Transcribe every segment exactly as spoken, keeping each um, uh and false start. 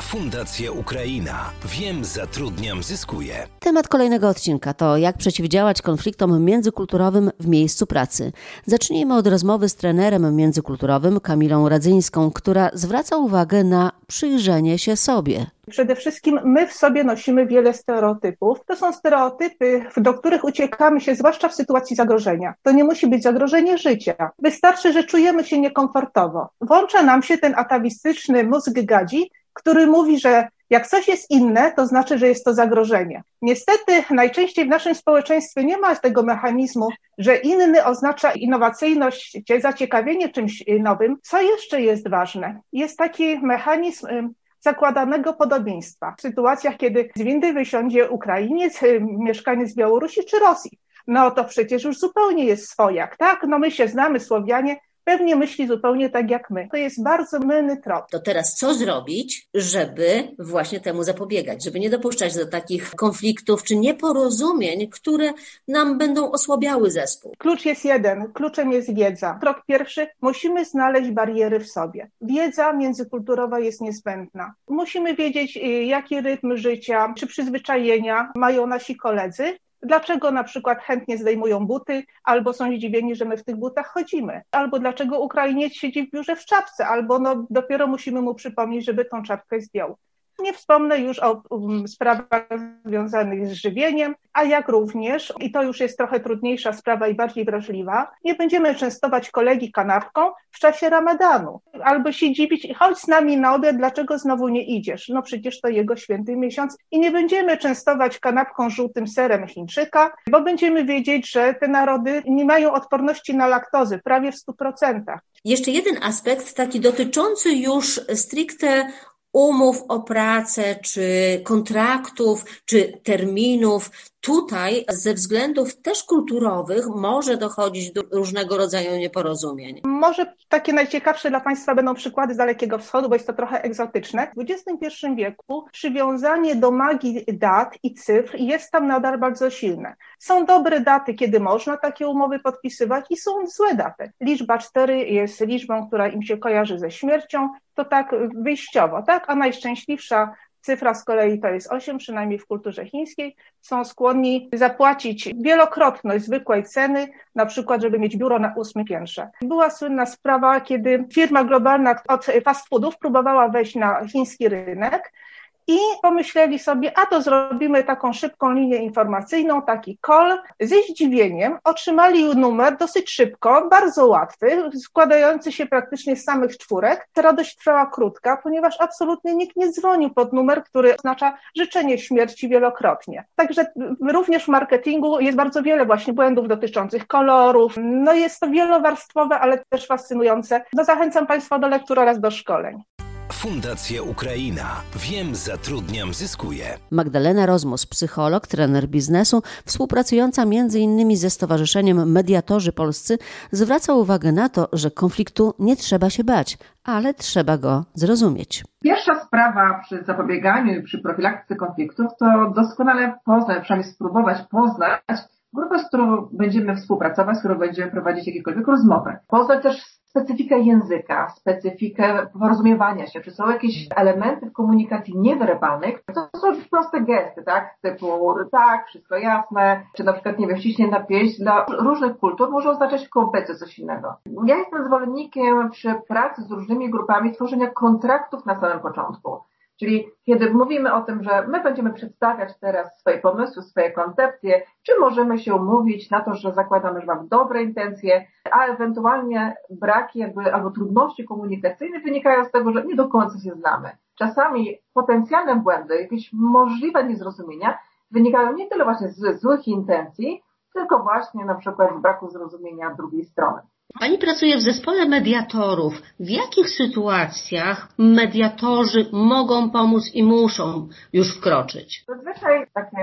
Fundacja Ukraina. Wiem, zatrudniam, zyskuję. Temat kolejnego odcinka to jak przeciwdziałać konfliktom międzykulturowym w miejscu pracy. Zacznijmy od rozmowy z trenerem międzykulturowym Kamilą Radzyńską, która zwraca uwagę na przyjrzenie się sobie. Przede wszystkim my w sobie nosimy wiele stereotypów. To są stereotypy, do których uciekamy się, zwłaszcza w sytuacji zagrożenia. To nie musi być zagrożenie życia. Wystarczy, że czujemy się niekomfortowo. Włącza nam się ten atawistyczny mózg gadzi, który mówi, że jak coś jest inne, to znaczy, że jest to zagrożenie. Niestety najczęściej w naszym społeczeństwie nie ma tego mechanizmu, że inny oznacza innowacyjność, zaciekawienie czymś nowym. Co jeszcze jest ważne? Jest taki mechanizm zakładanego podobieństwa. W sytuacjach, kiedy z windy wysiądzie Ukrainiec, mieszkaniec Białorusi czy Rosji, no to przecież już zupełnie jest swojak, tak? No my się znamy, Słowianie, pewnie myśli zupełnie tak jak my. To jest bardzo mylny trop. To teraz co zrobić, żeby właśnie temu zapobiegać, żeby nie dopuszczać do takich konfliktów czy nieporozumień, które nam będą osłabiały zespół? Klucz jest jeden. Kluczem jest wiedza. Krok pierwszy. Musimy znaleźć bariery w sobie. Wiedza międzykulturowa jest niezbędna. Musimy wiedzieć, jaki rytm życia czy przyzwyczajenia mają nasi koledzy. Dlaczego na przykład chętnie zdejmują buty, albo są zdziwieni, że my w tych butach chodzimy, albo dlaczego Ukrainiec siedzi w biurze w czapce, albo no dopiero musimy mu przypomnieć, żeby tą czapkę zdjął. Nie wspomnę już o um, sprawach związanych z żywieniem, a jak również, i to już jest trochę trudniejsza sprawa i bardziej wrażliwa, nie będziemy częstować kolegi kanapką w czasie ramadanu. Albo się dziwić, chodź z nami na obiad, dlaczego znowu nie idziesz? No przecież to jego święty miesiąc. I nie będziemy częstować kanapką żółtym serem Chińczyka, bo będziemy wiedzieć, że te narody nie mają odporności na laktozę, prawie w stu procentach. Jeszcze jeden aspekt, taki dotyczący już stricte umów o pracę, czy kontraktów, czy terminów. Tutaj ze względów też kulturowych może dochodzić do różnego rodzaju nieporozumień. Może takie najciekawsze dla Państwa będą przykłady z Dalekiego Wschodu, bo jest to trochę egzotyczne. W dwudziestym pierwszym wieku przywiązanie do magii dat i cyfr jest tam nadal bardzo silne. Są dobre daty, kiedy można takie umowy podpisywać i są złe daty. Liczba cztery jest liczbą, która im się kojarzy ze śmiercią, to tak wyjściowo, tak? A najszczęśliwsza cyfra z kolei to jest osiem, przynajmniej w kulturze chińskiej. Są skłonni zapłacić wielokrotność zwykłej ceny, na przykład, żeby mieć biuro na ósmym piętrze. Była słynna sprawa, kiedy firma globalna od fast foodów próbowała wejść na chiński rynek i pomyśleli sobie, a to zrobimy taką szybką linię informacyjną, taki call. Ze zdziwieniem otrzymali numer dosyć szybko, bardzo łatwy, składający się praktycznie z samych czwórek. Radość trwała krótka, ponieważ absolutnie nikt nie dzwonił pod numer, który oznacza życzenie śmierci wielokrotnie. Także również w marketingu jest bardzo wiele właśnie błędów dotyczących kolorów. No jest to wielowarstwowe, ale też fascynujące. No zachęcam Państwa do lektur oraz do szkoleń. Fundacja Ukraina. Wiem, zatrudniam, zyskuję. Magdalena Rozmus, psycholog, trener biznesu, współpracująca między innymi ze Stowarzyszeniem Mediatorzy Polscy, zwraca uwagę na to, że konfliktu nie trzeba się bać, ale trzeba go zrozumieć. Pierwsza sprawa przy zapobieganiu i przy profilaktyce konfliktów to doskonale poznać, przynajmniej spróbować poznać grupę, z którą będziemy współpracować, z którą będziemy prowadzić jakiekolwiek rozmowę. Poznać też specyfikę języka, specyfikę porozumiewania się, czy są jakieś elementy w komunikacji niewerbalnej, to są już proste gesty, tak, typu tak, wszystko jasne, czy na przykład, nie wiem, ściśnięcie na pięść dla różnych kultur może oznaczać kompletnie coś innego. Ja jestem zwolennikiem przy pracy z różnymi grupami tworzenia kontraktów na samym początku. Czyli kiedy mówimy o tym, że my będziemy przedstawiać teraz swoje pomysły, swoje koncepcje, czy możemy się umówić na to, że zakładamy, że mamy dobre intencje, a ewentualnie braki jakby albo trudności komunikacyjne wynikają z tego, że nie do końca się znamy. Czasami potencjalne błędy, jakieś możliwe niezrozumienia wynikają nie tyle właśnie z złych intencji, tylko właśnie na przykład z braku zrozumienia drugiej strony. Pani pracuje w zespole mediatorów. W jakich sytuacjach mediatorzy mogą pomóc i muszą już wkroczyć? Zazwyczaj takie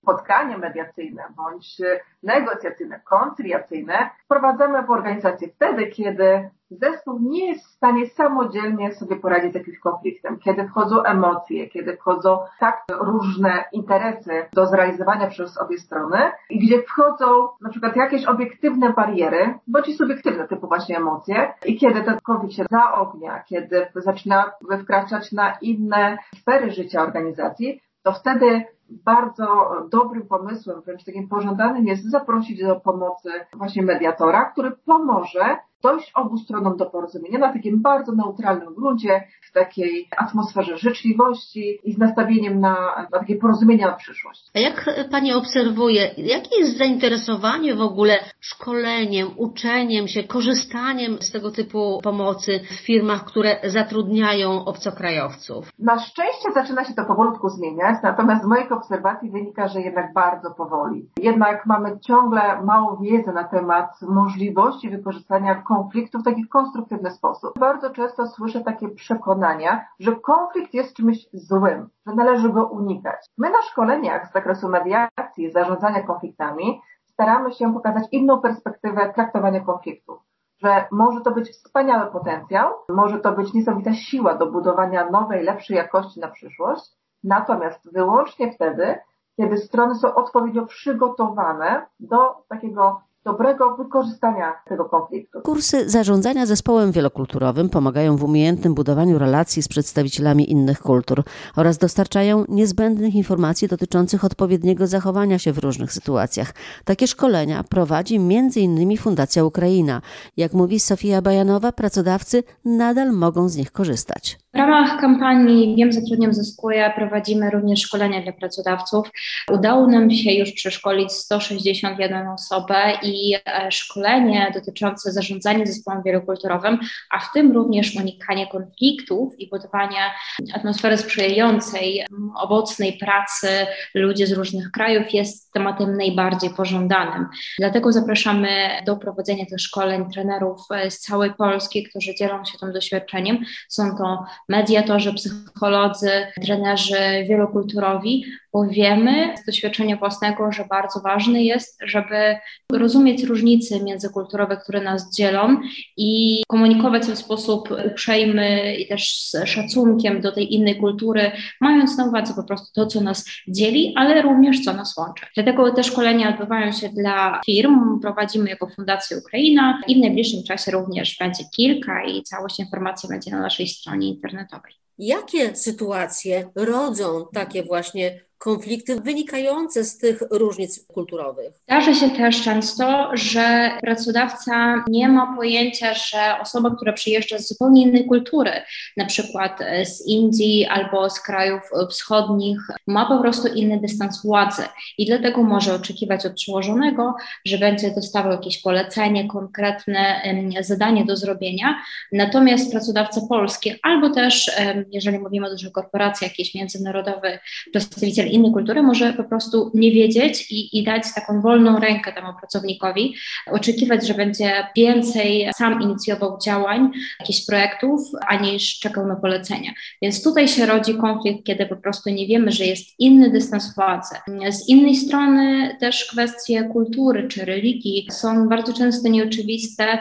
spotkanie mediacyjne bądź negocjacyjne, koncyliacyjne wprowadzamy w organizację wtedy, kiedy zespół nie jest w stanie samodzielnie sobie poradzić z jakimś konfliktem, kiedy wchodzą emocje, kiedy wchodzą tak różne interesy do zrealizowania przez obie strony i gdzie wchodzą na przykład jakieś obiektywne bariery, bądź i subiektywne typu właśnie emocje i kiedy ten konflikt się zaognia, kiedy zaczyna wkraczać na inne sfery życia organizacji, to wtedy bardzo dobrym pomysłem, wręcz takim pożądanym jest zaprosić do pomocy właśnie mediatora, który pomoże dojść obu stronom do porozumienia na takim bardzo neutralnym gruncie, w takiej atmosferze życzliwości i z nastawieniem na, na takie porozumienia na przyszłość. A jak Pani obserwuje, jakie jest zainteresowanie w ogóle szkoleniem, uczeniem się, korzystaniem z tego typu pomocy w firmach, które zatrudniają obcokrajowców? Na szczęście zaczyna się to powolutku zmieniać, natomiast z moich obserwacji wynika, że jednak bardzo powoli. Jednak mamy ciągle mało wiedzy na temat możliwości wykorzystania konfliktu w taki konstruktywny sposób. Bardzo często słyszę takie przekonania, że konflikt jest czymś złym, że należy go unikać. My na szkoleniach z zakresu mediacji i zarządzania konfliktami staramy się pokazać inną perspektywę traktowania konfliktów. Że może to być wspaniały potencjał, może to być niesamowita siła do budowania nowej, lepszej jakości na przyszłość, natomiast wyłącznie wtedy, kiedy strony są odpowiednio przygotowane do takiego dobrego wykorzystania tego konfliktu. Kursy zarządzania zespołem wielokulturowym pomagają w umiejętnym budowaniu relacji z przedstawicielami innych kultur oraz dostarczają niezbędnych informacji dotyczących odpowiedniego zachowania się w różnych sytuacjach. Takie szkolenia prowadzi między innymi Fundacja Ukraina. Jak mówi Sofia Bajanowa, pracodawcy nadal mogą z nich korzystać. W ramach kampanii Wiem, zatrudniam, zyskuję prowadzimy również szkolenia dla pracodawców. Udało nam się już przeszkolić sto sześćdziesiąt jeden osobę i szkolenie dotyczące zarządzania zespołem wielokulturowym, a w tym również unikanie konfliktów i budowanie atmosfery sprzyjającej owocnej pracy ludzi z różnych krajów jest tematem najbardziej pożądanym. Dlatego zapraszamy do prowadzenia tych szkoleń trenerów z całej Polski, którzy dzielą się tym doświadczeniem. Są to mediatorzy, psycholodzy, trenerzy wielokulturowi, bo wiemy z doświadczenia własnego, że bardzo ważne jest, żeby rozumieć różnice międzykulturowe, które nas dzielą i komunikować w sposób uprzejmy i też z szacunkiem do tej innej kultury, mając na uwadze po prostu to, co nas dzieli, ale również co nas łączy. Dlatego te szkolenia odbywają się dla firm, prowadzimy jako Fundacja Ukraina i w najbliższym czasie również będzie kilka i całość informacji będzie na naszej stronie internetowej. Jakie sytuacje rodzą takie właśnie konflikty wynikające z tych różnic kulturowych? Zdarza się też często, że pracodawca nie ma pojęcia, że osoba, która przyjeżdża z zupełnie innej kultury, na przykład z Indii albo z krajów wschodnich, ma po prostu inny dystans władzy i dlatego może oczekiwać od przełożonego, że będzie dostawał jakieś polecenie, konkretne zadanie do zrobienia. Natomiast pracodawca polski albo też, jeżeli mówimy o dużych korporacjach, jakiś międzynarodowy przedstawiciel innej kultury, może po prostu nie wiedzieć i, i dać taką wolną rękę temu pracownikowi, oczekiwać, że będzie więcej sam inicjował działań, jakichś projektów, aniż czekał na polecenia. Więc tutaj się rodzi konflikt, kiedy po prostu nie wiemy, że jest inny dystans władzy. Z innej strony też kwestie kultury czy religii są bardzo często nieoczywiste.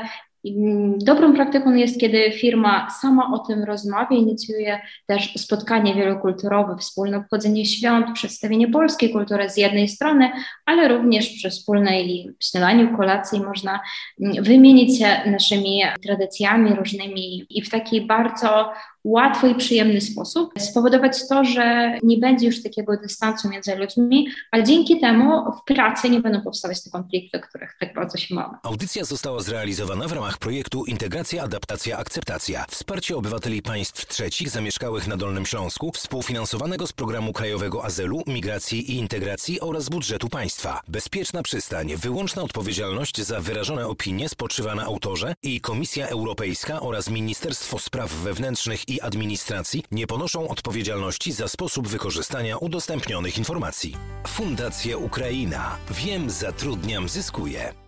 Dobrą praktyką jest, kiedy firma sama o tym rozmawia, inicjuje też spotkanie wielokulturowe, wspólne obchodzenie świąt, przedstawienie polskiej kultury z jednej strony, ale również przy wspólnej śniadaniu, kolacji można wymienić się naszymi tradycjami różnymi i w taki bardzo łatwy i przyjemny sposób spowodować to, że nie będzie już takiego dystansu między ludźmi, a dzięki temu w pracy nie będą powstawać te konflikty, o których tak bardzo się mamy. Audycja została zrealizowana w ramach projektu Integracja, Adaptacja, Akceptacja. Wsparcie obywateli państw trzecich zamieszkałych na Dolnym Śląsku, współfinansowanego z Programu Krajowego Azylu, Migracji i Integracji oraz z budżetu państwa. Bezpieczna przystań, wyłączna odpowiedzialność za wyrażone opinie spoczywa na autorze i Komisja Europejska oraz Ministerstwo Spraw Wewnętrznych i Administracji nie ponoszą odpowiedzialności za sposób wykorzystania udostępnionych informacji. Fundacja Ukraina. Wiem, zatrudniam, zyskuję.